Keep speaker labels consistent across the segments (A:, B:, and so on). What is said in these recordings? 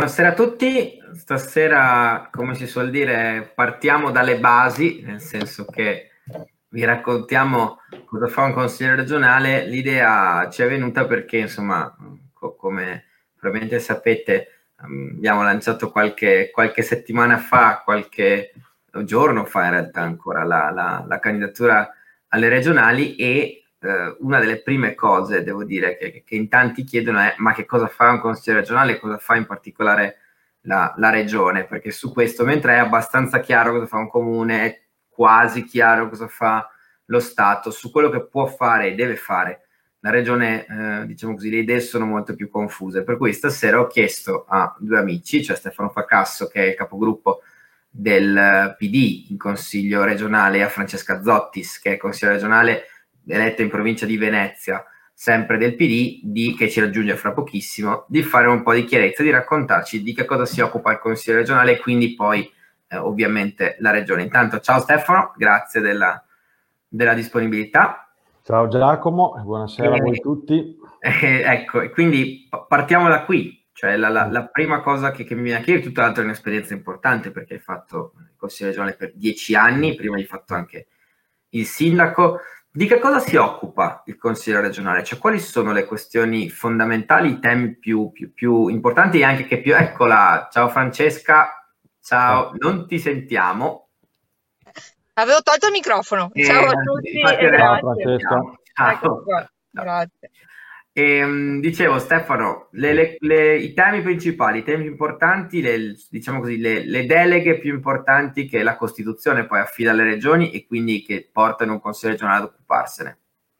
A: Buonasera a tutti. Stasera, come si suol dire, partiamo dalle basi, nel senso che vi raccontiamo cosa fa un consigliere regionale. L'idea ci è venuta perché, insomma, come probabilmente sapete, abbiamo lanciato qualche settimana fa, qualche giorno fa in realtà ancora, la candidatura alle regionali e una delle prime cose, devo dire, che in tanti chiedono è: ma che cosa fa un consigliere regionale, cosa fa in particolare la regione? Perché su questo, mentre è abbastanza chiaro cosa fa un comune, è quasi chiaro cosa fa lo Stato, su quello che può fare e deve fare la regione, diciamo così, le idee sono molto più confuse. Per cui stasera ho chiesto a due amici, cioè Stefano Facasso, che è il capogruppo del PD in consiglio regionale, e a Francesca Zottis, che è consigliere regionale eletta in provincia di Venezia, sempre del PD, che ci raggiunge fra pochissimo, di fare un po' di chiarezza, di raccontarci di che cosa si occupa il Consiglio regionale e quindi poi ovviamente la regione. Intanto ciao Stefano, grazie della disponibilità.
B: Ciao Giacomo, buonasera a voi tutti.
A: Ecco, e quindi partiamo da qui. Cioè la prima cosa che mi viene a chiedere, tutta l'altra è un'esperienza importante perché hai fatto il Consiglio regionale per 10 anni, prima hai fatto anche il sindaco. Di che cosa si occupa il Consiglio regionale? Cioè, quali sono le questioni fondamentali, i temi più importanti e anche che più... Eccola, ciao Francesca, ciao, non ti sentiamo.
C: Avevo tolto il microfono. Ciao a tutti e
B: ciao,
C: grazie.
B: Francesca.
C: Ciao. Grazie.
A: Dicevo Stefano, i temi principali, i temi più importanti, diciamo così, le deleghe più importanti che la Costituzione poi affida alle regioni e quindi che portano un Consiglio regionale ad occuparsene.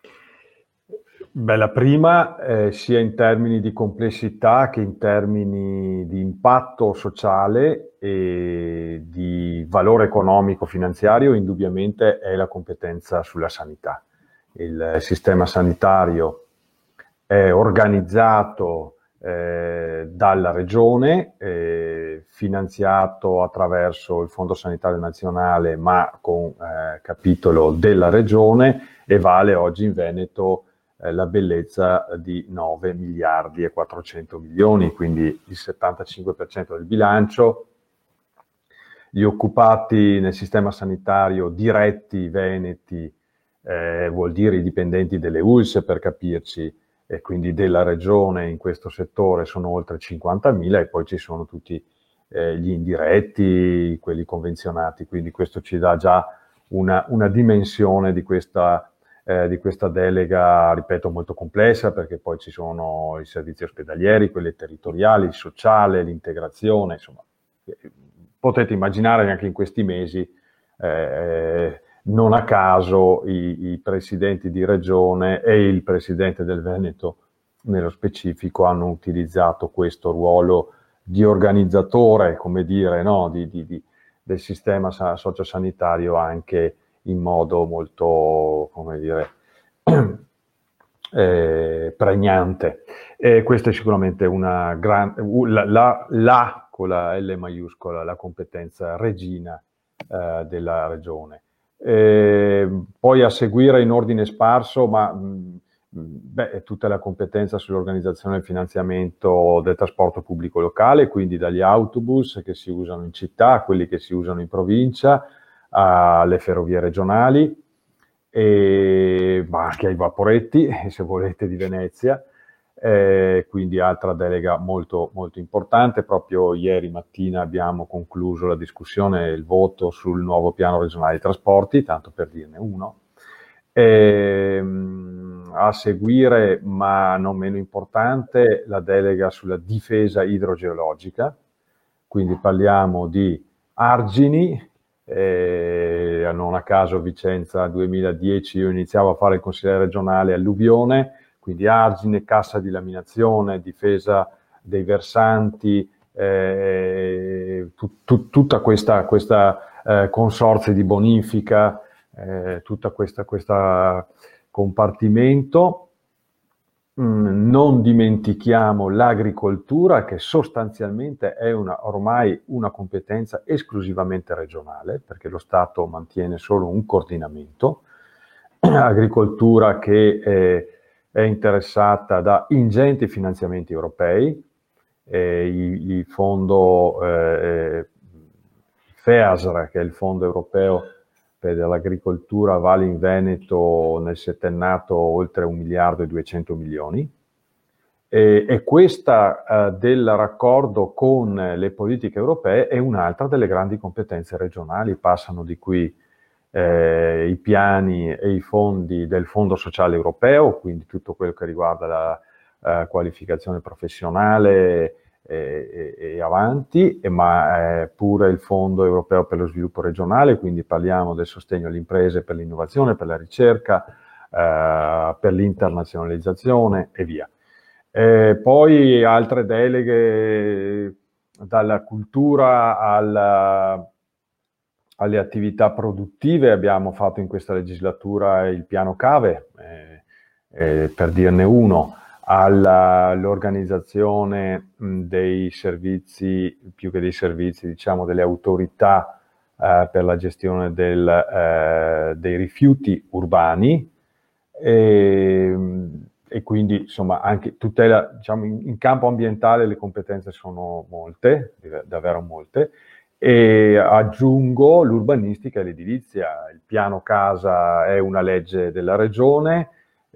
B: Beh, la prima, sia in termini di complessità che in termini di impatto sociale e di valore economico-finanziario, indubbiamente è la competenza sulla sanità. Il sistema sanitario è organizzato dalla regione, finanziato attraverso il Fondo Sanitario Nazionale, ma con capitolo della regione, e vale oggi in Veneto la bellezza di 9 miliardi e 400 milioni, quindi il 75% del bilancio. Gli occupati nel sistema sanitario diretti veneti vuol dire i dipendenti delle ULSS, per capirci, e quindi della regione in questo settore sono oltre 50.000, e poi ci sono tutti gli indiretti, quelli convenzionati, quindi questo ci dà già una dimensione di questa delega, ripeto, molto complessa, perché poi ci sono i servizi ospedalieri, quelli territoriali, il sociale, l'integrazione, insomma. Potete immaginare che anche in questi mesi non a caso i presidenti di regione e il presidente del Veneto nello specifico hanno utilizzato questo ruolo di organizzatore, come dire, no? del sistema sociosanitario anche in modo molto, come dire, pregnante. E questa è sicuramente una grande, con la L maiuscola, la competenza regina della regione. Poi a seguire in ordine sparso, ma tutta la competenza sull'organizzazione e il finanziamento del trasporto pubblico locale, quindi dagli autobus che si usano in città a quelli che si usano in provincia, alle ferrovie regionali, ma anche ai vaporetti, se volete, di Venezia. Quindi altra delega molto, molto importante. Proprio ieri mattina abbiamo concluso la discussione e il voto sul nuovo piano regionale dei trasporti, tanto per dirne uno. A seguire, ma non meno importante, la delega sulla difesa idrogeologica, quindi parliamo di argini. Non a caso Vicenza 2010 io iniziavo a fare il consigliere regionale alluvione, quindi argine, cassa di laminazione, difesa dei versanti, tutta questa consorzio di bonifica, tutta questa compartimento. Non dimentichiamo l'agricoltura, che sostanzialmente è ormai una competenza esclusivamente regionale, perché lo Stato mantiene solo un coordinamento. Agricoltura che è interessata da ingenti finanziamenti europei, il fondo FEASR, che è il fondo europeo per l'agricoltura, vale in Veneto nel settennato oltre 1.200 milioni. E questa del raccordo con le politiche europee è un'altra delle grandi competenze regionali. Passano di qui i piani e i fondi del Fondo Sociale Europeo, quindi tutto quello che riguarda la qualificazione professionale e avanti, ma pure il Fondo Europeo per lo Sviluppo Regionale, quindi parliamo del sostegno alle imprese per l'innovazione, per la ricerca, per l'internazionalizzazione e via. Poi altre deleghe, dalla cultura alle attività produttive. Abbiamo fatto in questa legislatura il piano Cave, per dirne uno, all'organizzazione dei servizi, più che dei servizi, diciamo delle autorità per la gestione dei rifiuti urbani, e quindi insomma anche tutela, diciamo, in campo ambientale le competenze sono molte, davvero molte, e aggiungo l'urbanistica e l'edilizia. Il piano casa è una legge della regione,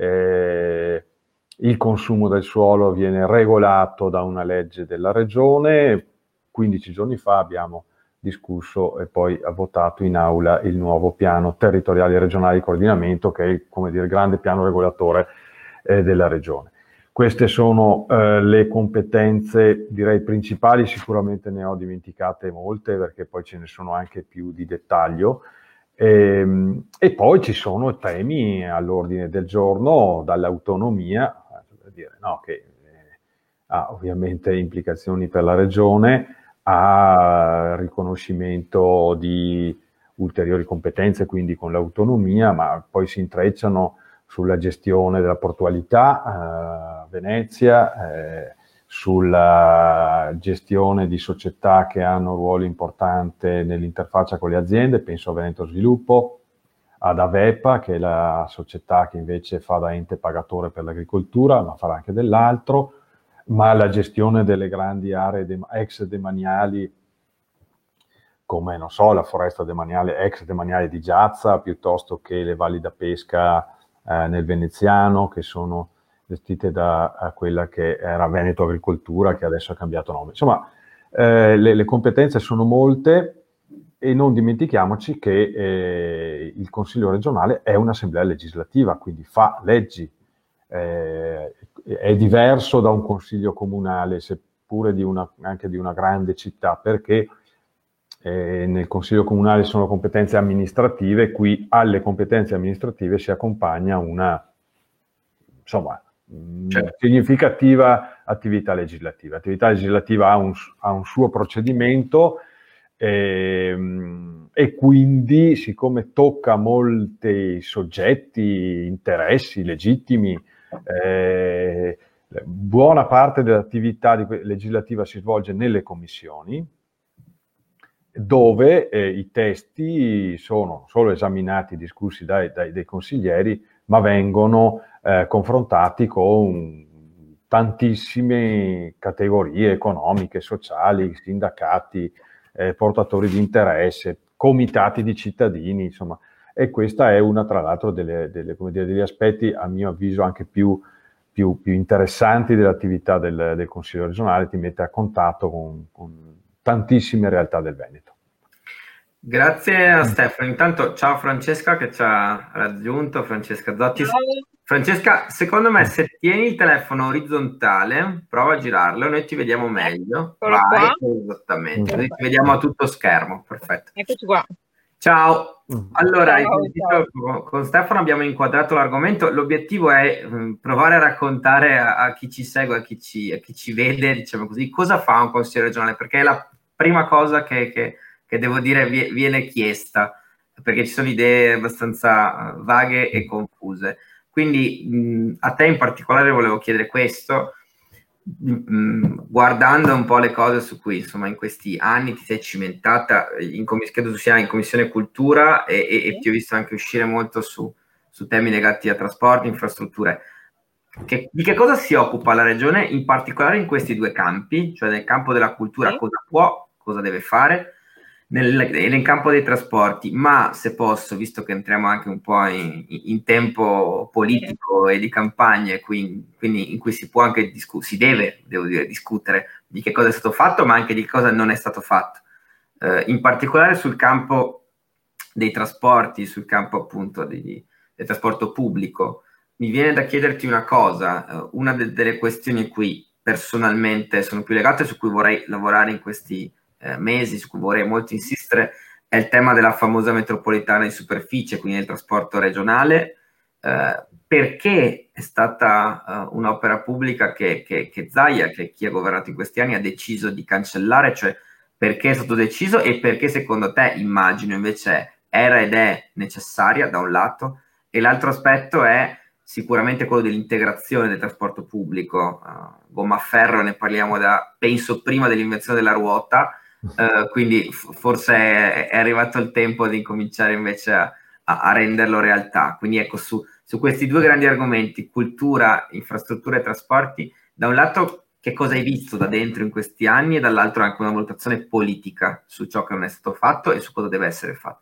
B: il consumo del suolo viene regolato da una legge della regione. 15 giorni fa abbiamo discusso e poi ha votato in aula il nuovo piano territoriale regionale di coordinamento, che è, come dire, il grande piano regolatore della regione. Queste sono le competenze, direi, principali. Sicuramente ne ho dimenticate molte, perché poi ce ne sono anche più di dettaglio. E poi ci sono temi all'ordine del giorno, dall'autonomia, per dire, no, che ha ovviamente implicazioni per la regione, a riconoscimento di ulteriori competenze, quindi con l'autonomia, ma poi si intrecciano sulla gestione della portualità, Venezia, sulla gestione di società che hanno un ruolo importante nell'interfaccia con le aziende. Penso a Veneto Sviluppo, ad Avepa, che è la società che invece fa da ente pagatore per l'agricoltura, ma farà anche dell'altro, ma la gestione delle grandi aree ex demaniali, come, non so, la foresta demaniale, ex demaniale di Giazza, piuttosto che le valli da pesca nel Veneziano, che sono gestite da quella che era Veneto Agricoltura, che adesso ha cambiato nome. Insomma, le competenze sono molte, e non dimentichiamoci che il Consiglio regionale è un'assemblea legislativa, quindi fa leggi. È diverso da un consiglio comunale, seppure anche di una grande città, perché nel consiglio comunale sono competenze amministrative. Qui alle competenze amministrative si accompagna una, insomma, significativa attività legislativa. L'attività legislativa ha un suo procedimento, e quindi, siccome tocca molti soggetti, interessi legittimi, buona parte dell'attività legislativa si svolge nelle commissioni, dove i testi sono solo esaminati e discussi dai consiglieri, ma vengono confrontati con tantissime categorie economiche, sociali, sindacati, portatori di interesse, comitati di cittadini, insomma. E questa è una, tra l'altro, degli aspetti, a mio avviso, anche più interessanti dell'attività del Consiglio regionale. Ti mette a contatto con tantissime realtà del Veneto.
A: Grazie a Stefano. Intanto ciao Francesca, che ci ha raggiunto, Francesca Zotti.
C: Ciao.
A: Francesca, secondo me, se tieni il telefono orizzontale, prova a girarlo e noi ti vediamo meglio.
C: Eccolo
A: Vai,
C: qua.
A: esattamente, così ti vediamo a tutto schermo. Perfetto.
C: Eccoci qua.
A: Ciao. Allora,
C: Ciao.
A: con Stefano abbiamo inquadrato l'argomento. L'obiettivo è provare a raccontare a chi ci segue, a chi ci vede, diciamo così, cosa fa un consiglio regionale, perché è la prima cosa che devo dire viene chiesta, perché ci sono idee abbastanza vaghe e confuse. Quindi a te in particolare volevo chiedere questo, guardando un po' le cose su cui, insomma, in questi anni ti sei cimentata, credo tu sia in Commissione Cultura, e ti ho visto anche uscire molto su temi legati a trasporti, infrastrutture. di che cosa si occupa la regione, in particolare in questi due campi, cioè nel campo della cultura cosa può, cosa deve fare, nel campo dei trasporti, ma se posso, visto che entriamo anche un po' in tempo politico e di campagne, quindi in cui si può anche si deve, devo dire, discutere di che cosa è stato fatto, ma anche di cosa non è stato fatto. In particolare sul campo dei trasporti, sul campo appunto del trasporto pubblico. Mi viene da chiederti una cosa, una delle questioni qui personalmente sono più legate, su cui vorrei lavorare in questi mesi, su cui vorrei molto insistere, è il tema della famosa metropolitana di superficie, quindi il trasporto regionale, perché è stata un'opera pubblica che Zaia, che chi ha governato in questi anni, ha deciso di cancellare, cioè perché è stato deciso e perché secondo te, immagino, invece era ed è necessaria da un lato, e l'altro aspetto è sicuramente quello dell'integrazione del trasporto pubblico. Gomma a ferro ne parliamo penso prima dell'invenzione della ruota, quindi forse è arrivato il tempo di cominciare invece a renderlo realtà. Quindi ecco, su questi due grandi argomenti, cultura, infrastrutture e trasporti, da un lato che cosa hai visto da dentro in questi anni e dall'altro anche una valutazione politica su ciò che non è stato fatto e su cosa deve essere fatto.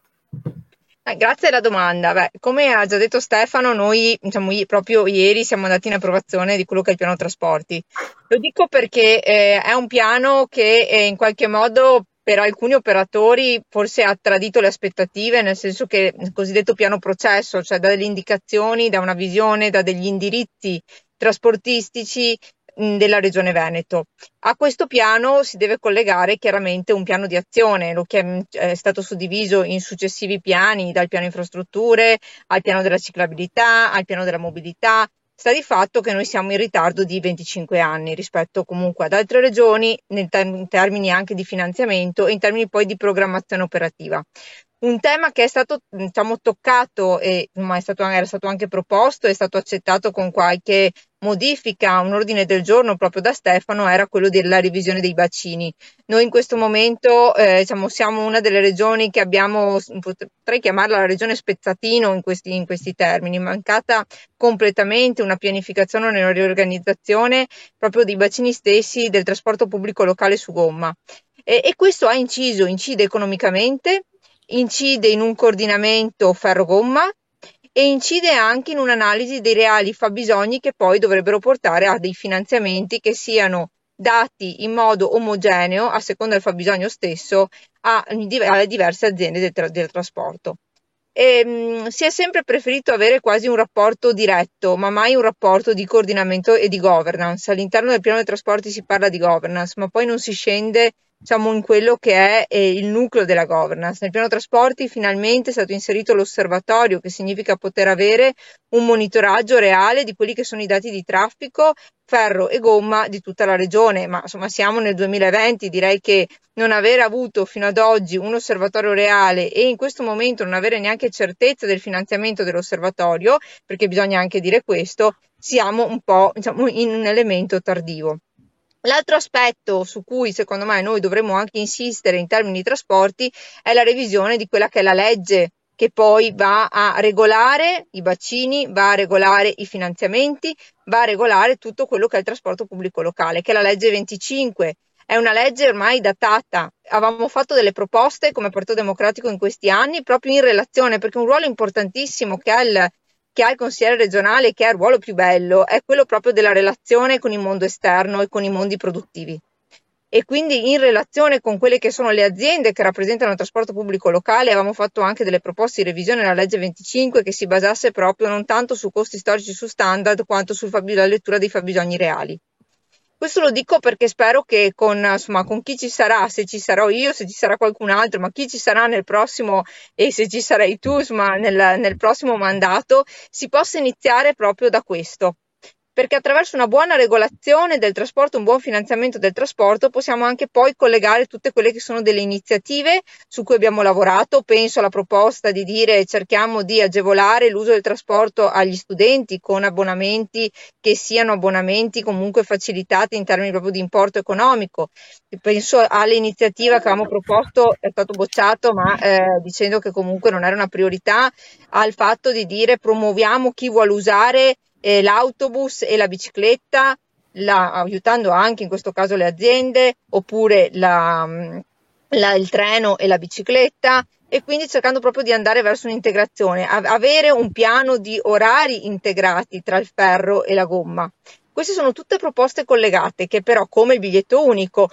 C: Grazie alla domanda. Beh, come ha già detto Stefano, noi proprio ieri siamo andati in approvazione di quello che è il piano trasporti. Lo dico perché è un piano che in qualche modo per alcuni operatori forse ha tradito le aspettative, nel senso che il cosiddetto piano processo, cioè dà delle indicazioni, dà una visione, dà degli indirizzi trasportistici della Regione Veneto. A questo piano si deve collegare chiaramente un piano di azione, è stato suddiviso in successivi piani, dal piano infrastrutture al piano della ciclabilità, al piano della mobilità. Sta di fatto che noi siamo in ritardo di 25 anni rispetto comunque ad altre regioni in termini anche di finanziamento e in termini poi di programmazione operativa. Un tema che è stato toccato ma era stato anche proposto, è stato accettato con qualche modifica, un ordine del giorno proprio da Stefano, era quello della revisione dei bacini. Noi in questo momento siamo una delle regioni che abbiamo, potrei chiamarla la regione spezzatino in questi termini, mancata completamente una pianificazione e una riorganizzazione proprio dei bacini stessi del trasporto pubblico locale su gomma. E questo incide economicamente, incide in un coordinamento ferro-gomma e incide anche in un'analisi dei reali fabbisogni che poi dovrebbero portare a dei finanziamenti che siano dati in modo omogeneo, a seconda del fabbisogno stesso, alle diverse aziende del trasporto. Si è sempre preferito avere quasi un rapporto diretto, ma mai un rapporto di coordinamento e di governance. All'interno del piano dei trasporti si parla di governance, ma poi non si scende in quello che è il nucleo della governance. Nel piano trasporti finalmente è stato inserito l'osservatorio, che significa poter avere un monitoraggio reale di quelli che sono i dati di traffico, ferro e gomma di tutta la regione, ma siamo nel 2020, direi che non aver avuto fino ad oggi un osservatorio reale e in questo momento non avere neanche certezza del finanziamento dell'osservatorio, perché bisogna anche dire questo, siamo un po' in un elemento tardivo. L'altro aspetto su cui secondo me noi dovremmo anche insistere in termini di trasporti è la revisione di quella che è la legge che poi va a regolare i bacini, va a regolare i finanziamenti, va a regolare tutto quello che è il trasporto pubblico locale, che è la legge 25. È una legge ormai datata. Avevamo fatto delle proposte come Partito Democratico in questi anni proprio in relazione, perché un ruolo importantissimo che ha il consigliere regionale, che è il ruolo più bello, è quello proprio della relazione con il mondo esterno e con i mondi produttivi. E quindi in relazione con quelle che sono le aziende che rappresentano il trasporto pubblico locale avevamo fatto anche delle proposte di revisione della legge 25 che si basasse proprio non tanto su costi storici, su standard, quanto sulla lettura dei fabbisogni reali. Questo lo dico perché spero che con chi ci sarà, se ci sarò io, se ci sarà qualcun altro, ma chi ci sarà nel prossimo e se ci sarai tu, nel prossimo mandato, si possa iniziare proprio da questo. Perché attraverso una buona regolazione del trasporto, un buon finanziamento del trasporto, possiamo anche poi collegare tutte quelle che sono delle iniziative su cui abbiamo lavorato. Penso alla proposta di dire cerchiamo di agevolare l'uso del trasporto agli studenti con abbonamenti che siano abbonamenti comunque facilitati in termini proprio di importo economico. Penso all'iniziativa che avevamo proposto, è stato bocciato, ma dicendo che comunque non era una priorità, al fatto di dire promuoviamo chi vuole usare l'autobus e la bicicletta, aiutando anche in questo caso le aziende, oppure il treno e la bicicletta, e quindi cercando proprio di andare verso un'integrazione, avere un piano di orari integrati tra il ferro e la gomma. Queste sono tutte proposte collegate che però, come il biglietto unico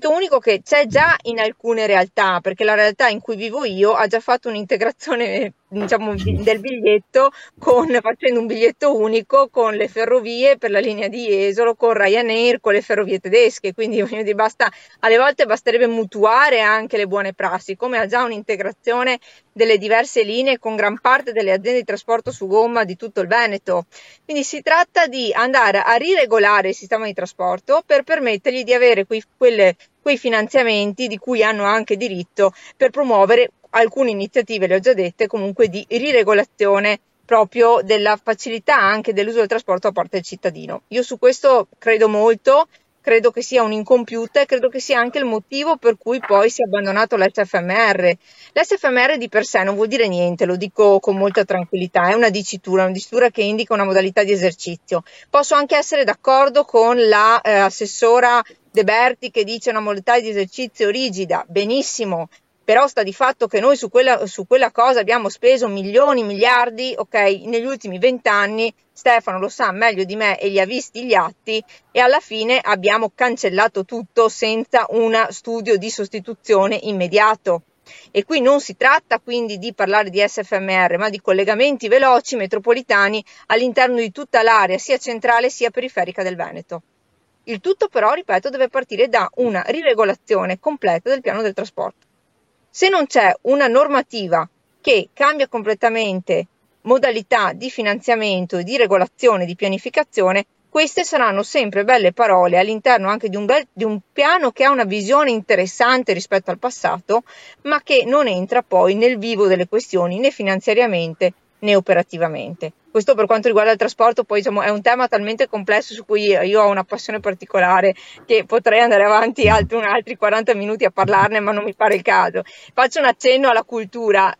C: che c'è già in alcune realtà, perché la realtà in cui vivo io ha già fatto un'integrazione, diciamo, del biglietto facendo un biglietto unico con le ferrovie per la linea di Jesolo, con Ryanair, con le ferrovie tedesche, quindi voglio dire, alle volte basterebbe mutuare anche le buone prassi, come ha già un'integrazione delle diverse linee con gran parte delle aziende di trasporto su gomma di tutto il Veneto. Quindi si tratta di andare a riregolare il sistema di trasporto per permettergli di avere quei finanziamenti di cui hanno anche diritto per promuovere alcune iniziative, le ho già dette, comunque di riregolazione proprio della facilità anche dell'uso del trasporto da parte del cittadino. Io su questo credo molto. Credo che sia un'incompiuta e credo che sia anche il motivo per cui poi si è abbandonato l'SFMR. L'SFMR di per sé non vuol dire niente, lo dico con molta tranquillità, è una dicitura che indica una modalità di esercizio. Posso anche essere d'accordo con la assessora De Berti che dice una modalità di esercizio rigida, benissimo, però sta di fatto che noi su quella cosa abbiamo speso milioni, miliardi, ok, negli ultimi 20 anni, Stefano lo sa meglio di me e li ha visti gli atti, e alla fine abbiamo cancellato tutto senza uno studio di sostituzione immediato. E qui non si tratta quindi di parlare di SFMR, ma di collegamenti veloci metropolitani all'interno di tutta l'area sia centrale sia periferica del Veneto. Il tutto però, ripeto, deve partire da una riregolazione completa del piano del trasporto. Se non c'è una normativa che cambia completamente modalità di finanziamento e di regolazione, di pianificazione, queste saranno sempre belle parole all'interno anche di un piano che ha una visione interessante rispetto al passato, ma che non entra poi nel vivo delle questioni né finanziariamente né operativamente. Questo per quanto riguarda il trasporto, poi diciamo, è un tema talmente complesso su cui io ho una passione particolare che potrei andare avanti altri 40 minuti a parlarne, ma non mi pare il caso. Faccio un accenno alla cultura.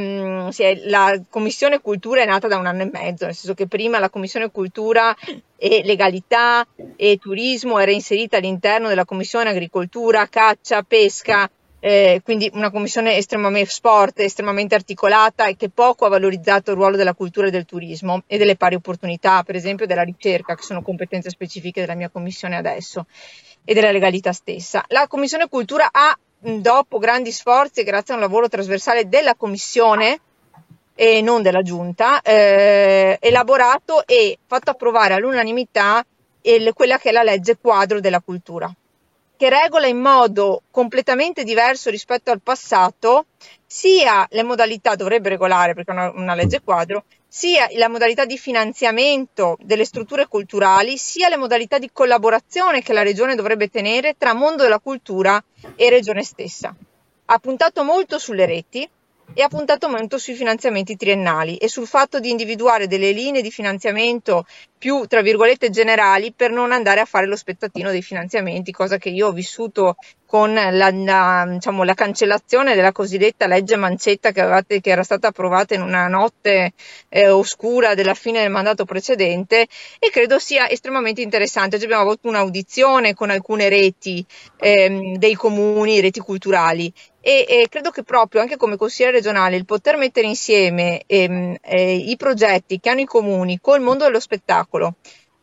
C: La Commissione Cultura è nata da 1 anno e mezzo, nel senso che prima la Commissione Cultura e Legalità e Turismo era inserita all'interno della Commissione Agricoltura, Caccia, Pesca, quindi una commissione estremamente articolata e che poco ha valorizzato il ruolo della cultura e del turismo e delle pari opportunità, per esempio della ricerca, che sono competenze specifiche della mia commissione adesso, e della legalità stessa. La Commissione Cultura ha, dopo grandi sforzi e grazie a un lavoro trasversale della commissione e non della giunta, elaborato e fatto approvare all'unanimità quella che è la legge quadro della cultura, che regola in modo completamente diverso rispetto al passato sia le modalità, dovrebbe regolare perché è una legge quadro, sia la modalità di finanziamento delle strutture culturali, sia le modalità di collaborazione che la regione dovrebbe tenere tra mondo della cultura e regione stessa. Ha puntato molto sulle reti e ha puntato molto sui finanziamenti triennali e sul fatto di individuare delle linee di finanziamento più, tra virgolette, generali per non andare a fare lo spezzatino dei finanziamenti, cosa che io ho vissuto con la cancellazione della cosiddetta legge Mancetta che era stata approvata in una notte oscura della fine del mandato precedente, e credo sia estremamente interessante. Oggi abbiamo avuto un'audizione con alcune reti dei comuni, reti culturali, e credo che proprio anche come consigliere regionale il poter mettere insieme i progetti che hanno i comuni col mondo dello spettacolo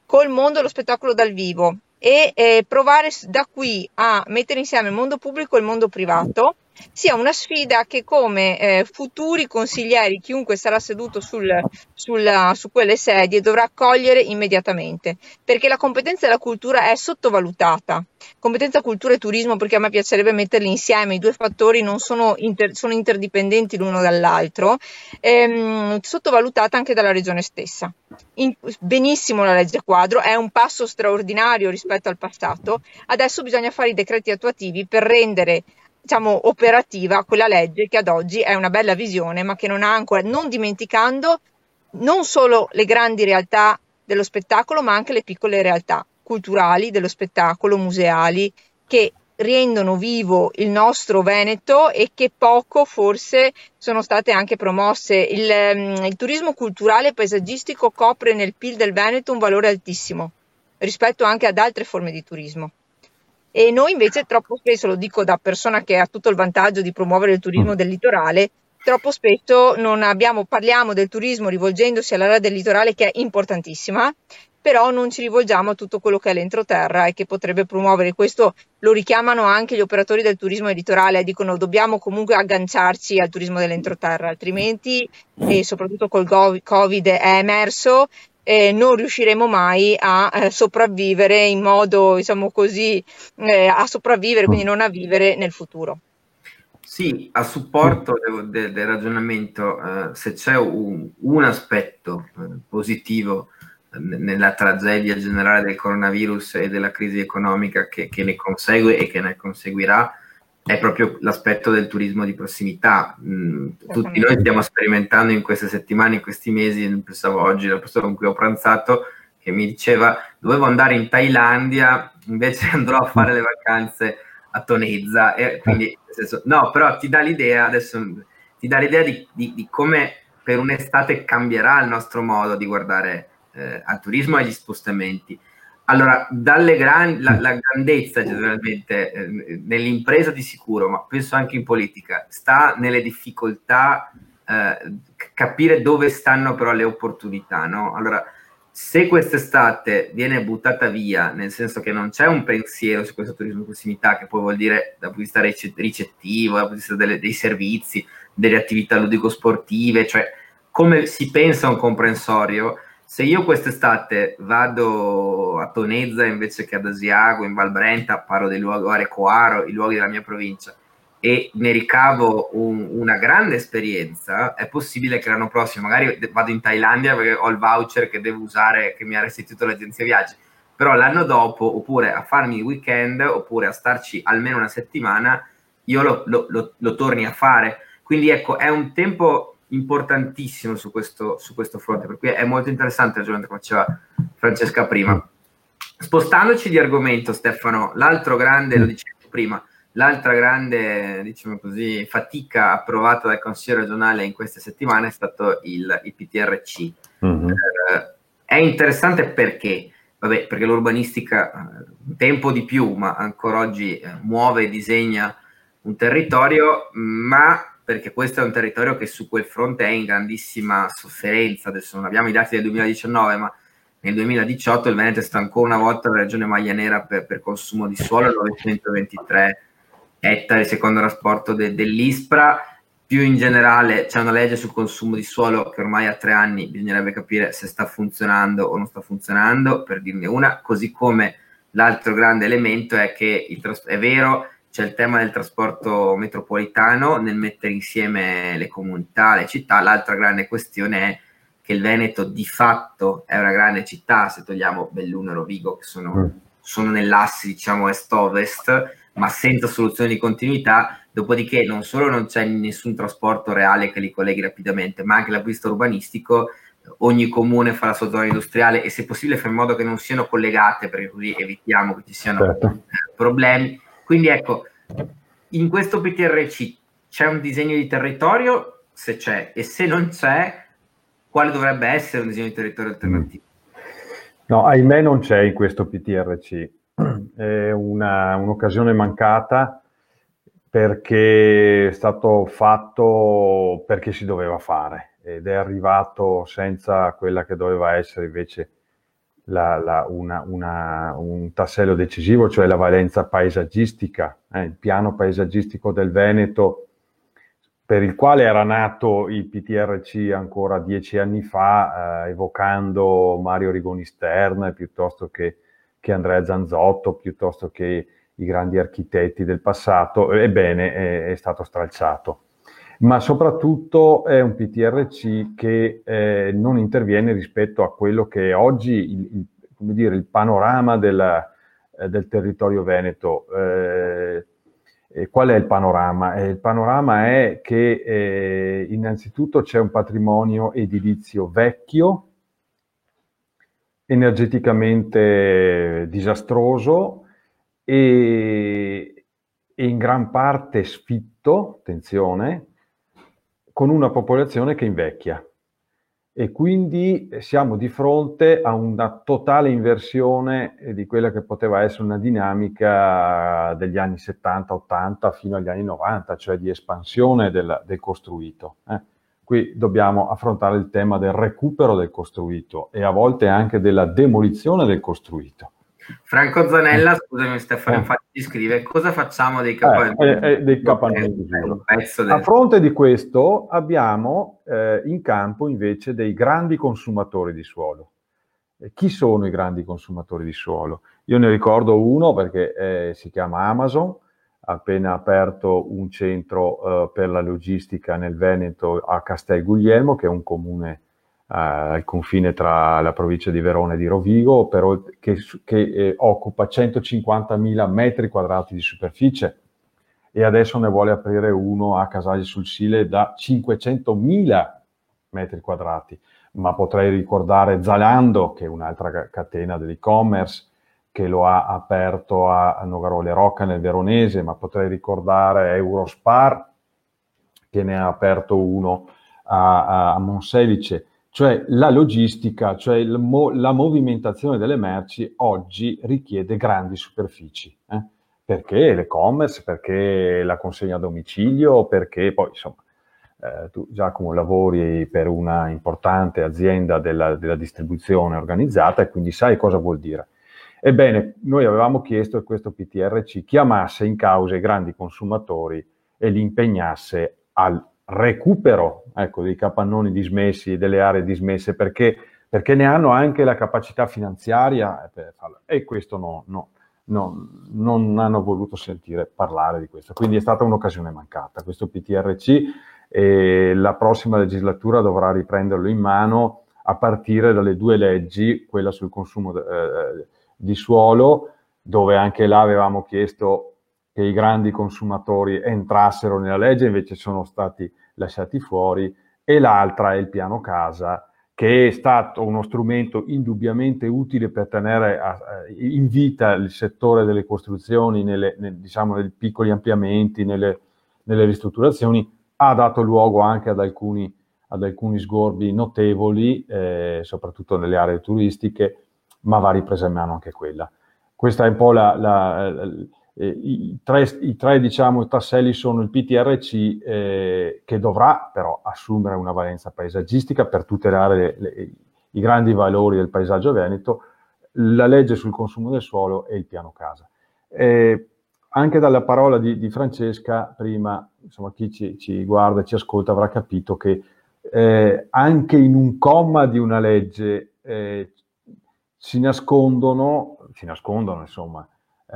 C: dal vivo e provare da qui a mettere insieme il mondo pubblico e il mondo privato sia una sfida che come futuri consiglieri, chiunque sarà seduto su quelle sedie, dovrà cogliere immediatamente, perché la competenza della cultura è sottovalutata. Competenza cultura e turismo, perché a me piacerebbe metterli insieme, i due fattori non sono interdipendenti l'uno dall'altro, sottovalutata anche dalla regione stessa. Benissimo la legge quadro, è un passo straordinario rispetto al passato, adesso bisogna fare i decreti attuativi per rendere operativa quella legge che ad oggi è una bella visione, ma che non ha ancora, non dimenticando non solo le grandi realtà dello spettacolo, ma anche le piccole realtà culturali dello spettacolo, museali, che rendono vivo il nostro Veneto e che poco forse sono state anche promosse. Il turismo culturale e paesaggistico copre nel PIL del Veneto un valore altissimo rispetto anche ad altre forme di turismo. E noi invece troppo spesso, lo dico da persona che ha tutto il vantaggio di promuovere il turismo del litorale, troppo spesso parliamo del turismo rivolgendosi all'area del litorale, che è importantissima, però non ci rivolgiamo a tutto quello che è l'entroterra e che potrebbe promuovere. Questo lo richiamano anche gli operatori del turismo del litorale, dicono dobbiamo comunque agganciarci al turismo dell'entroterra, altrimenti, e soprattutto col Covid è emerso, non riusciremo mai a sopravvivere in modo, diciamo così, a sopravvivere, quindi non a vivere nel futuro.
A: Sì, a supporto del ragionamento, se c'è un aspetto positivo nella tragedia generale del coronavirus e della crisi economica che ne consegue e che ne conseguirà, è proprio l'aspetto del turismo di prossimità. Tutti noi stiamo sperimentando in queste settimane, in questi mesi. Pensavo oggi la persona con cui ho pranzato che mi diceva dovevo andare in Thailandia, invece andrò a fare le vacanze a Tonezza, e quindi nel senso, no, però ti dà l'idea adesso, ti dà l'idea di come per un'estate cambierà il nostro modo di guardare al turismo e agli spostamenti. Allora, la grandezza generalmente nell'impresa di sicuro, ma penso anche in politica, sta nelle difficoltà, capire dove stanno però le opportunità, no? Allora, se quest'estate viene buttata via, nel senso che non c'è un pensiero su questo turismo di prossimità, che poi vuol dire dal punto di vista ricettivo, dal punto di vista dei servizi, delle attività ludico-sportive, cioè come si pensa a un comprensorio. Se io quest'estate vado a Tonezza invece che ad Asiago, in Val Brenta, parlo dei luoghi, Arecoaro, i luoghi della mia provincia, e ne ricavo una grande esperienza, è possibile che l'anno prossimo magari vado in Thailandia perché ho il voucher che devo usare, che mi ha restituito l'agenzia viaggi, però l'anno dopo, oppure a farmi il weekend, oppure a starci almeno una settimana, io lo torni a fare. Quindi ecco, è un tempo importantissimo su questo fronte, per cui è molto interessante il ragionamento che faceva Francesca prima. Spostandoci di argomento, Stefano, l'altro grande, lo dicevo prima, l'altra grande, diciamo così, fatica approvata dal Consiglio regionale in queste settimane è stato il PTRC. È interessante perché? Vabbè, perché l'urbanistica un tempo di più, ma ancora oggi muove e disegna un territorio, ma perché questo è un territorio che su quel fronte è in grandissima sofferenza. Adesso non abbiamo i dati del 2019, ma nel 2018 il Veneto è stato ancora una volta la regione maglia nera per consumo di suolo, 923 ettari secondo il rapporto dell'ISPRA. Più in generale c'è una legge sul consumo di suolo che ormai ha 3 anni, bisognerebbe capire se sta funzionando o non sta funzionando, per dirne una, così come l'altro grande elemento è che è vero, c'è il tema del trasporto metropolitano nel mettere insieme le comunità, le città. L'altra grande questione è che il Veneto di fatto è una grande città, se togliamo Belluno e Rovigo che sono nell'asse, diciamo, est-ovest, ma senza soluzione di continuità. Dopodiché non solo non c'è nessun trasporto reale che li colleghi rapidamente, ma anche dal punto di vista urbanistico ogni comune fa la sua zona industriale e se possibile fa in modo che non siano collegate, perché così evitiamo che ci siano problemi. Quindi ecco, in questo PTRC c'è un disegno di territorio, se c'è, e se non c'è, quale dovrebbe essere un disegno di territorio alternativo?
B: No, ahimè non c'è in questo PTRC. È un'occasione mancata perché è stato fatto perché si doveva fare ed è arrivato senza quella che doveva essere invece un tassello decisivo, cioè la valenza paesaggistica, il piano paesaggistico del Veneto, per il quale era nato il PTRC ancora 10 anni fa, evocando Mario Rigoni Stern, piuttosto che Andrea Zanzotto, piuttosto che i grandi architetti del passato. Ebbene, è stato stralciato. Ma soprattutto è un PTRC che non interviene rispetto a quello che è oggi il panorama del territorio veneto. Qual è il panorama? Il panorama è che innanzitutto c'è un patrimonio edilizio vecchio, energeticamente disastroso e in gran parte sfitto, attenzione, con una popolazione che invecchia. E quindi siamo di fronte a una totale inversione di quella che poteva essere una dinamica degli anni 70-80 fino agli anni 90, cioè di espansione del costruito. Qui dobbiamo affrontare il tema del recupero del costruito e a volte anche della demolizione del costruito.
A: Franco Zanella, scusami Stefano, infatti scrive: cosa facciamo dei capannoni
B: di giuro? A fronte di questo abbiamo in campo invece dei grandi consumatori di suolo. Chi sono i grandi consumatori di suolo? Io ne ricordo uno perché si chiama Amazon, ha appena aperto un centro per la logistica nel Veneto a Castel Guglielmo, che è un comune al confine tra la provincia di Verona e di Rovigo, però che occupa 150.000 metri quadrati di superficie, e adesso ne vuole aprire uno a Casale sul Sile da 500.000 metri quadrati. Ma potrei ricordare Zalando, che è un'altra catena dell'e-commerce, che lo ha aperto a Nogarole Rocca nel Veronese, ma potrei ricordare Eurospar, che ne ha aperto uno a Monselice. Cioè la logistica, cioè la movimentazione delle merci oggi richiede grandi superfici, perché l'e-commerce, perché la consegna a domicilio, perché poi insomma tu Giacomo lavori per una importante azienda della distribuzione organizzata e quindi sai cosa vuol dire. Ebbene, noi avevamo chiesto che questo PTRC chiamasse in causa i grandi consumatori e li impegnasse al recupero, ecco, dei capannoni dismessi e delle aree dismesse, perché ne hanno anche la capacità finanziaria per farlo. E questo non hanno voluto sentire parlare di questo. Quindi è stata un'occasione mancata. Questo PTRC la prossima legislatura dovrà riprenderlo in mano a partire dalle due leggi, quella sul consumo di suolo, dove anche là avevamo chiesto che i grandi consumatori entrassero nella legge, invece sono stati lasciati fuori, e l'altra è il piano casa, che è stato uno strumento indubbiamente utile per tenere in vita il settore delle costruzioni, diciamo, nei piccoli ampliamenti, nelle ristrutturazioni, ha dato luogo anche ad alcuni sgorbi notevoli, soprattutto nelle aree turistiche, ma va ripresa in mano anche quella. Questa è un po' i tre diciamo, tasselli sono il PTRC, che dovrà però assumere una valenza paesaggistica per tutelare i grandi valori del paesaggio veneto, la legge sul consumo del suolo e il piano casa. Anche dalla parola di Francesca prima, insomma, chi ci guarda e ci ascolta avrà capito che anche in un comma di una legge si nascondono insomma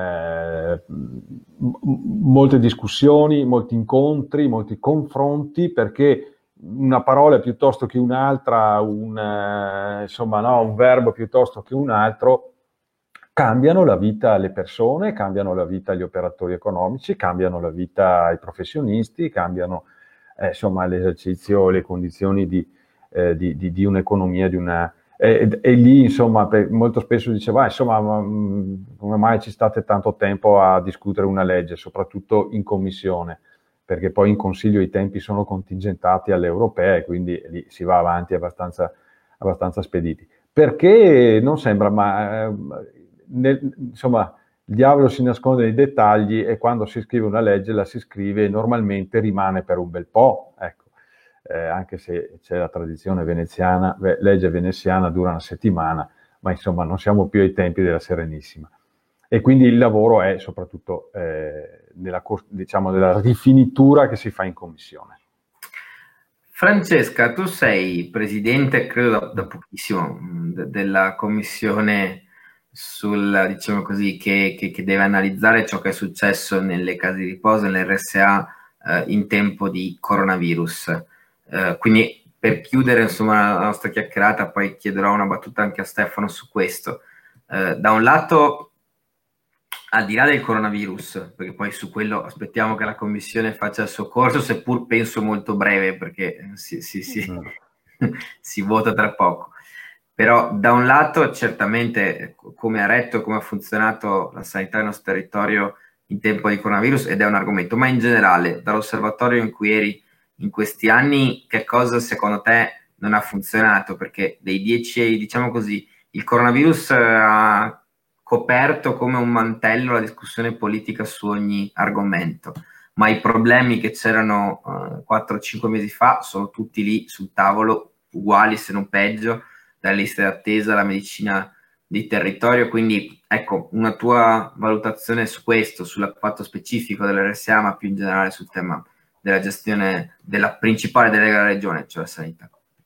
B: molte discussioni, molti incontri, molti confronti, perché una parola piuttosto che un'altra, un verbo piuttosto che un altro, cambiano la vita alle persone, cambiano la vita agli operatori economici, cambiano la vita ai professionisti, cambiano l'esercizio, le condizioni di un'economia, e lì insomma molto spesso diceva come mai ci state tanto tempo a discutere una legge, soprattutto in commissione, perché poi in consiglio i tempi sono contingentati alle europee, quindi lì si va avanti abbastanza spediti, perché non sembra, ma insomma il diavolo si nasconde nei dettagli, e quando si scrive una legge la si scrive e normalmente rimane per un bel po', ecco. Anche se c'è la tradizione veneziana, legge veneziana dura una settimana, ma insomma non siamo più ai tempi della Serenissima. E quindi il lavoro è soprattutto della rifinitura che si fa in commissione.
A: Francesca, tu sei presidente, credo da pochissimo, della commissione diciamo così, che deve analizzare ciò che è successo nelle case di riposo, nelle RSA in tempo di coronavirus. Quindi per chiudere insomma la nostra chiacchierata, poi chiederò una battuta anche a Stefano su questo. Da un lato, al di là del coronavirus, perché poi su quello aspettiamo che la commissione faccia il suo corso, seppur penso molto breve, perché si vota tra poco. Però da un lato certamente come ha retto, come ha funzionato la sanità nel nostro territorio in tempo di coronavirus ed è un argomento, ma in generale, dall'osservatorio in cui eri in questi anni, che cosa secondo te non ha funzionato? Perché dei 10, diciamo così, il coronavirus ha coperto come un mantello la discussione politica su ogni argomento, ma i problemi che c'erano 4-5 mesi fa sono tutti lì sul tavolo, uguali se non peggio, dalle liste d'attesa alla medicina di territorio. Quindi ecco, una tua valutazione su questo, sul fatto specifico dell'RSA, ma più in generale sul tema della gestione della principale delega della regione, cioè la sanità.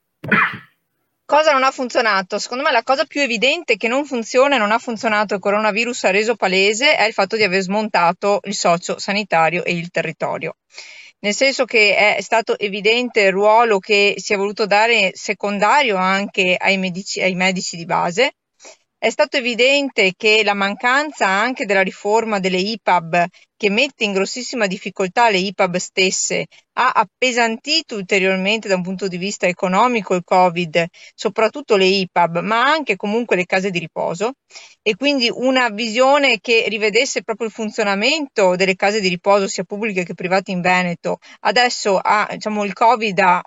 C: Cosa non ha funzionato? Secondo me la cosa più evidente che non funziona e non ha funzionato e il coronavirus ha reso palese è il fatto di aver smontato il socio sanitario e il territorio. Nel senso che è stato evidente il ruolo che si è voluto dare secondario anche ai medici di base. È stato evidente che la mancanza anche della riforma delle IPAB, che mette in grossissima difficoltà le IPAB stesse, ha appesantito ulteriormente da un punto di vista economico il Covid, soprattutto le IPAB, ma anche comunque le case di riposo, e quindi una visione che rivedesse proprio il funzionamento delle case di riposo, sia pubbliche che private in Veneto. Adesso il Covid ha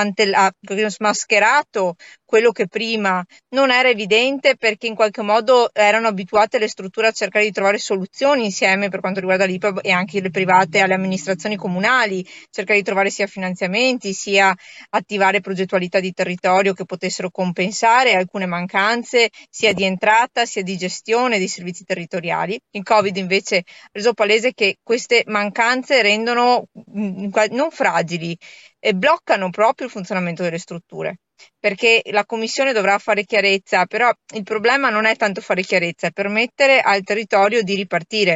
C: smascherato quello che prima non era evidente, perché in qualche modo erano abituate le strutture a cercare di trovare soluzioni insieme per quanto riguarda l'IPAB e anche le private alle amministrazioni comunali, cercare di trovare sia finanziamenti sia attivare progettualità di territorio che potessero compensare alcune mancanze sia di entrata sia di gestione dei servizi territoriali. Il Covid invece ha reso palese che queste mancanze rendono non fragili e bloccano proprio il funzionamento delle strutture, perché la commissione dovrà fare chiarezza, però il problema non è tanto fare chiarezza, è permettere al territorio di ripartire.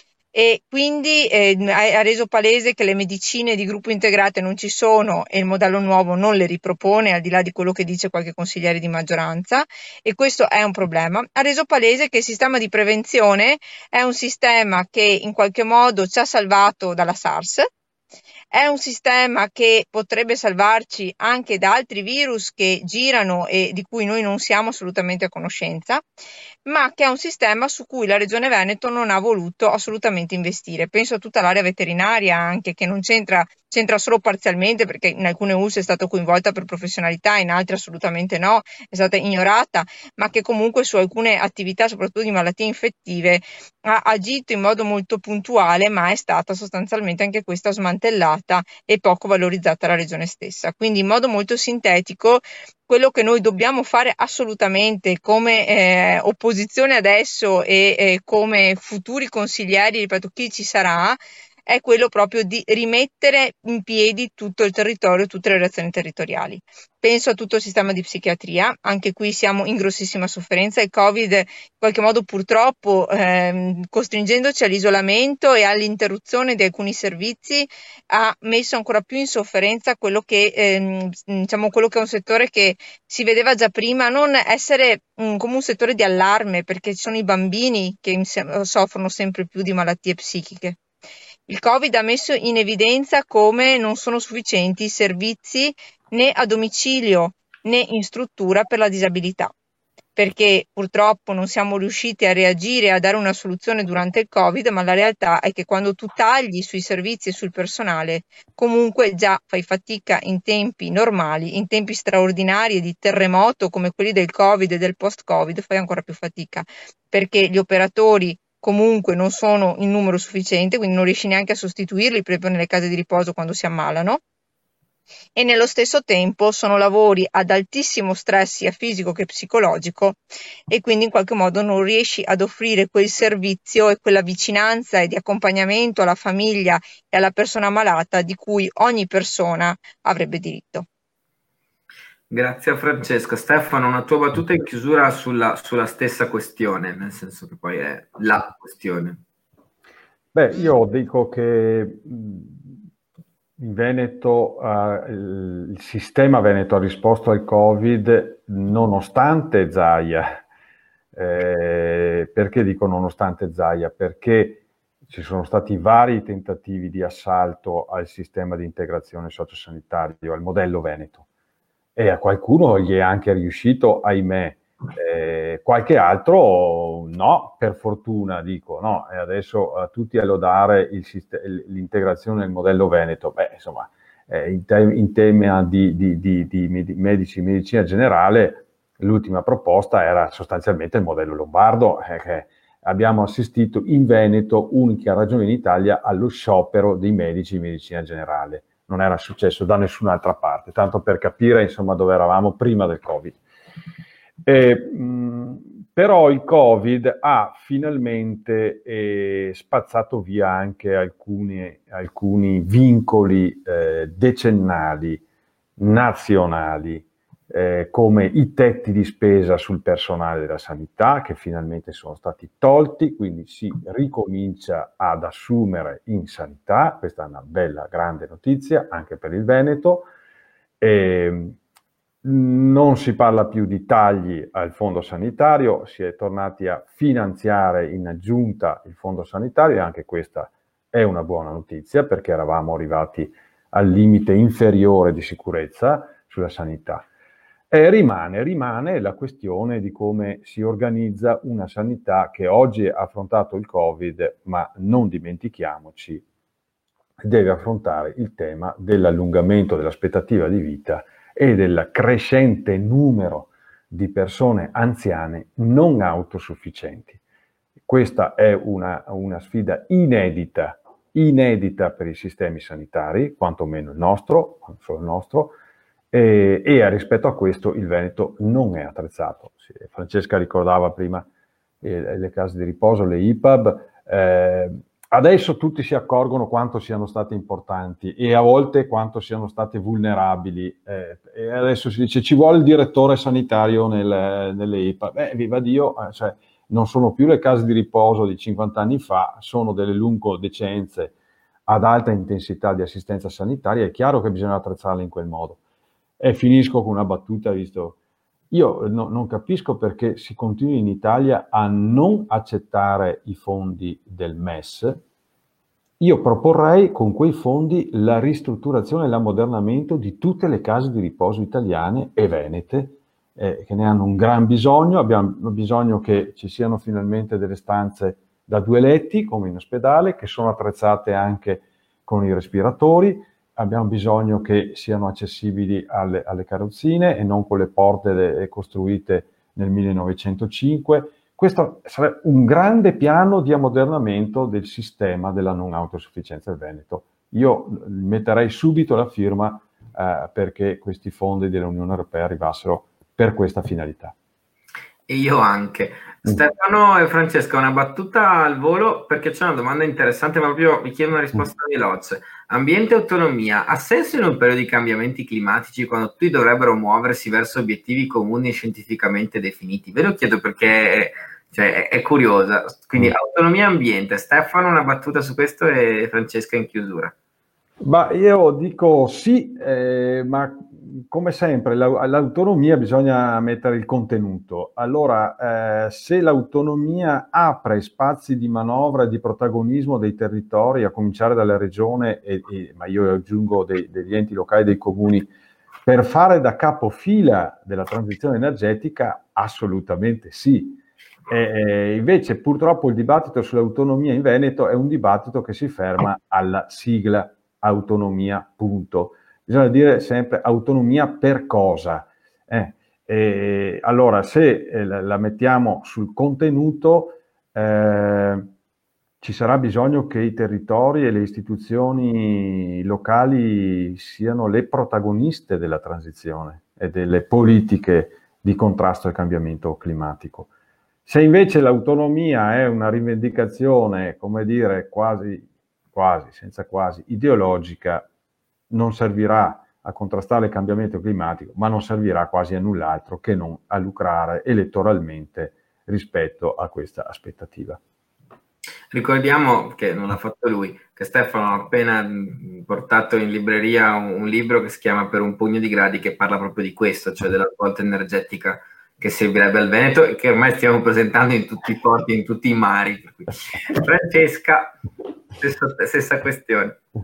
C: E quindi ha reso palese che le medicine di gruppo integrate non ci sono e il modello nuovo non le ripropone, al di là di quello che dice qualche consigliere di maggioranza, e questo è un problema. Ha reso palese che il sistema di prevenzione è un sistema che in qualche modo ci ha salvato dalla SARS. È un sistema che potrebbe salvarci anche da altri virus che girano e di cui noi non siamo assolutamente a conoscenza, ma che è un sistema su cui la Regione Veneto non ha voluto assolutamente investire. Penso a tutta l'area veterinaria anche, che non c'entra solo parzialmente, perché in alcune US è stata coinvolta per professionalità, in altre assolutamente no, è stata ignorata, ma che comunque su alcune attività, soprattutto di malattie infettive, ha agito in modo molto puntuale, ma è stata sostanzialmente anche questa smantellata e poco valorizzata dalla regione stessa. Quindi in modo molto sintetico, quello che noi dobbiamo fare assolutamente come opposizione adesso e come futuri consiglieri, ripeto, chi ci sarà, è quello proprio di rimettere in piedi tutto il territorio, tutte le relazioni territoriali. Penso a tutto il sistema di psichiatria, anche qui siamo in grossissima sofferenza. Il Covid in qualche modo purtroppo costringendoci all'isolamento e all'interruzione di alcuni servizi ha messo ancora più in sofferenza quello che quello che è un settore che si vedeva già prima non essere come un settore di allarme, perché ci sono i bambini che soffrono sempre più di malattie psichiche. Il Covid ha messo in evidenza come non sono sufficienti i servizi né a domicilio né in struttura per la disabilità, perché purtroppo non siamo riusciti a reagire, a dare una soluzione durante il Covid, ma la realtà è che quando tu tagli sui servizi e sul personale, comunque già fai fatica in tempi normali, in tempi straordinari e di terremoto come quelli del Covid e del post-Covid, fai ancora più fatica, perché gli operatori comunque non sono in numero sufficiente, quindi non riesci neanche a sostituirli proprio nelle case di riposo quando si ammalano, e nello stesso tempo sono lavori ad altissimo stress sia fisico che psicologico, e quindi in qualche modo non riesci ad offrire quel servizio e quella vicinanza e di accompagnamento alla famiglia e alla persona malata di cui ogni persona avrebbe diritto.
A: Grazie a Francesca. Stefano, una tua battuta in chiusura sulla stessa questione, nel senso che poi è la questione.
B: Beh, io dico che in Veneto, il sistema Veneto ha risposto al Covid nonostante Zaia. Perché dico nonostante Zaia? Perché ci sono stati vari tentativi di assalto al sistema di integrazione sociosanitario, al modello Veneto. E a qualcuno gli è anche riuscito, ahimè, Qualche altro no, per fortuna dico, no, e adesso tutti a lodare l'integrazione del modello Veneto. Beh, insomma, in tema di medici, medicina generale, l'ultima proposta era sostanzialmente il modello lombardo, che abbiamo assistito in Veneto, unica regione in Italia, allo sciopero dei medici di medicina generale. Non era successo da nessun'altra parte, tanto per capire, insomma, dove eravamo prima del Covid. Però il Covid ha finalmente spazzato via anche alcuni vincoli decennali, nazionali, come i tetti di spesa sul personale della sanità, che finalmente sono stati tolti, quindi si ricomincia ad assumere in sanità. Questa è una bella, grande notizia anche per il Veneto. Non si parla più di tagli al fondo sanitario, si è tornati a finanziare in aggiunta il fondo sanitario, e anche questa è una buona notizia, perché eravamo arrivati al limite inferiore di sicurezza sulla sanità. Rimane la questione di come si organizza una sanità che oggi ha affrontato il Covid, ma non dimentichiamoci, deve affrontare il tema dell'allungamento dell'aspettativa di vita e del crescente numero di persone anziane non autosufficienti. Questa è una sfida inedita per i sistemi sanitari, quantomeno il nostro, non solo il nostro, e rispetto a questo il Veneto non è attrezzato. Francesca ricordava prima le case di riposo, le IPAB. Adesso tutti si accorgono quanto siano state importanti e a volte quanto siano state vulnerabili. E adesso si dice ci vuole il direttore sanitario nelle IPAB. Viva Dio, cioè, non sono più le case di riposo di 50 anni fa, sono delle lungodecenze ad alta intensità di assistenza sanitaria. È chiaro che bisogna attrezzarle in quel modo. E finisco con una battuta, visto... Io non capisco perché si continui in Italia a non accettare i fondi del MES. Io proporrei con quei fondi la ristrutturazione e l'ammodernamento di tutte le case di riposo italiane e venete, che ne hanno un gran bisogno. Abbiamo bisogno che ci siano finalmente delle stanze da 2 letti, come in ospedale, che sono attrezzate anche con i respiratori. Abbiamo bisogno che siano accessibili alle carrozzine e non con le porte costruite nel 1905. Questo sarebbe un grande piano di ammodernamento del sistema della non autosufficienza del Veneto. Io metterei subito la firma perché questi fondi dell'Unione Europea arrivassero per questa finalità.
A: E io anche. Stefano e Francesca, una battuta al volo, perché c'è una domanda interessante, ma proprio vi chiedo una risposta veloce. Ambiente e autonomia, ha senso in un periodo di cambiamenti climatici, quando tutti dovrebbero muoversi verso obiettivi comuni e scientificamente definiti? Ve lo chiedo perché è curiosa. Quindi autonomia e ambiente. Stefano, una battuta su questo, e Francesca in chiusura.
B: Ma io dico sì, ma come sempre l'autonomia bisogna mettere il contenuto. Allora, se l'autonomia apre spazi di manovra e di protagonismo dei territori, a cominciare dalla regione, ma io aggiungo degli enti locali, dei comuni, per fare da capofila della transizione energetica, assolutamente sì. Invece purtroppo il dibattito sull'autonomia in Veneto è un dibattito che si ferma alla sigla autonomia, punto. Bisogna dire sempre autonomia per cosa. Allora, se la mettiamo sul contenuto, ci sarà bisogno che i territori e le istituzioni locali siano le protagoniste della transizione e delle politiche di contrasto al cambiamento climatico. Se invece l'autonomia è una rivendicazione, come dire, quasi, senza quasi, ideologica, non servirà a contrastare il cambiamento climatico, ma non servirà quasi a null'altro che non a lucrare elettoralmente rispetto a questa aspettativa.
A: Ricordiamo che non l'ha fatto lui, che Stefano ha appena portato in libreria un libro che si chiama Per un pugno di gradi, che parla proprio di questo, cioè della svolta energetica che servirebbe al Veneto e che ormai stiamo presentando in tutti i porti, in tutti i mari. Francesca, stessa questione.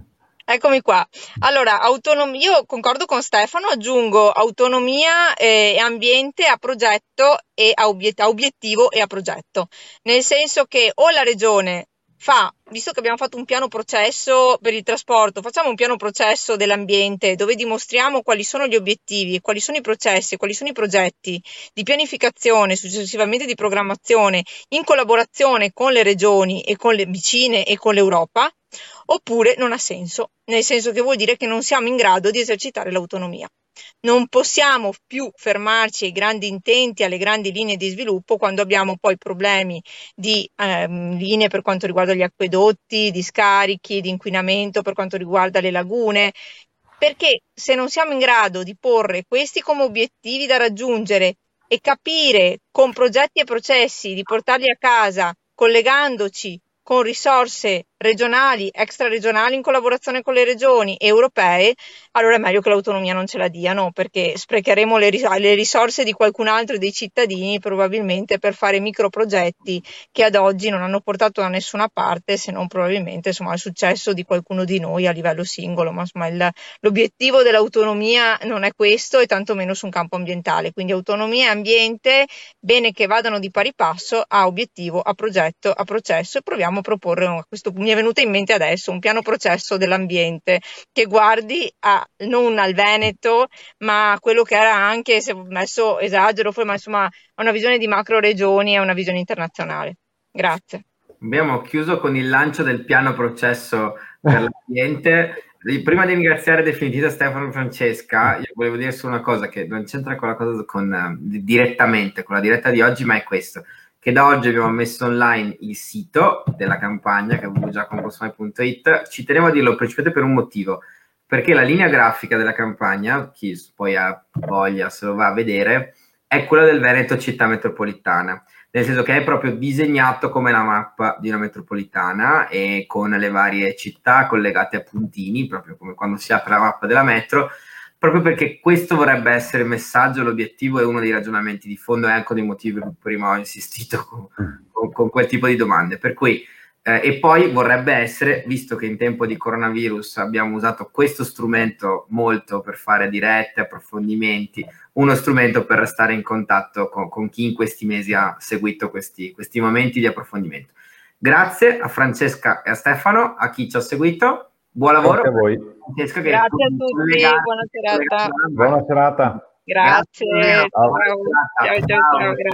C: Eccomi qua. Allora, io concordo con Stefano, aggiungo autonomia e ambiente a progetto e a obiettivo e a progetto. Nel senso che o la regione visto che abbiamo fatto un piano processo per il trasporto, facciamo un piano processo dell'ambiente dove dimostriamo quali sono gli obiettivi, quali sono i processi, quali sono i progetti di pianificazione, successivamente di programmazione, in collaborazione con le regioni e con le vicine e con l'Europa. Oppure non ha senso, nel senso che vuol dire che non siamo in grado di esercitare l'autonomia. Non possiamo più fermarci ai grandi intenti, alle grandi linee di sviluppo quando abbiamo poi problemi di linee per quanto riguarda gli acquedotti, di scarichi, di inquinamento per quanto riguarda le lagune, perché se non siamo in grado di porre questi come obiettivi da raggiungere e capire con progetti e processi di portarli a casa, collegandoci con risorse regionali, extraregionali in collaborazione con le regioni europee, allora è meglio che l'autonomia non ce la diano, perché sprecheremo le risorse di qualcun altro, dei cittadini, probabilmente per fare microprogetti che ad oggi non hanno portato da nessuna parte, se non probabilmente al successo di qualcuno di noi a livello singolo. Ma l'obiettivo dell'autonomia non è questo, e tantomeno su un campo ambientale. Quindi autonomia e ambiente, bene che vadano di pari passo a obiettivo, a progetto, a processo, e proviamo a proporre mi è venuto in mente adesso un piano processo dell'ambiente che guardi non al Veneto, ma a quello che era anche, se messo esagero, ma insomma a una visione di macro regioni e una visione internazionale. Grazie.
A: Abbiamo chiuso con il lancio del piano processo per l'ambiente. Prima di ringraziare definitivamente Stefano e Francesca, io volevo dire solo una cosa che non c'entra con la cosa direttamente con la diretta di oggi, ma è questo, che da oggi abbiamo messo online il sito della campagna, che è www.giacomocosmai.it. Ci tenevo a dirlo principalmente per un motivo, perché la linea grafica della campagna, chi poi ha voglia se lo va a vedere, è quella del Veneto città metropolitana, nel senso che è proprio disegnato come la mappa di una metropolitana e con le varie città collegate a puntini, proprio come quando si apre la mappa della metro, proprio perché questo vorrebbe essere il messaggio, l'obiettivo e uno dei ragionamenti di fondo, e anche uno dei motivi per cui prima ho insistito con quel tipo di domande. Per cui e poi vorrebbe essere, visto che in tempo di coronavirus abbiamo usato questo strumento molto per fare dirette, approfondimenti, uno strumento per restare in contatto con chi in questi mesi ha seguito questi momenti di approfondimento. Grazie a Francesca e a Stefano, a chi ci ha seguito. Buon lavoro.
B: Grazie a voi.
A: Francesca,
C: grazie a tutti, buona serata.
B: Buona serata.
C: Grazie.
A: Ciao.
C: Ciao. Ciao.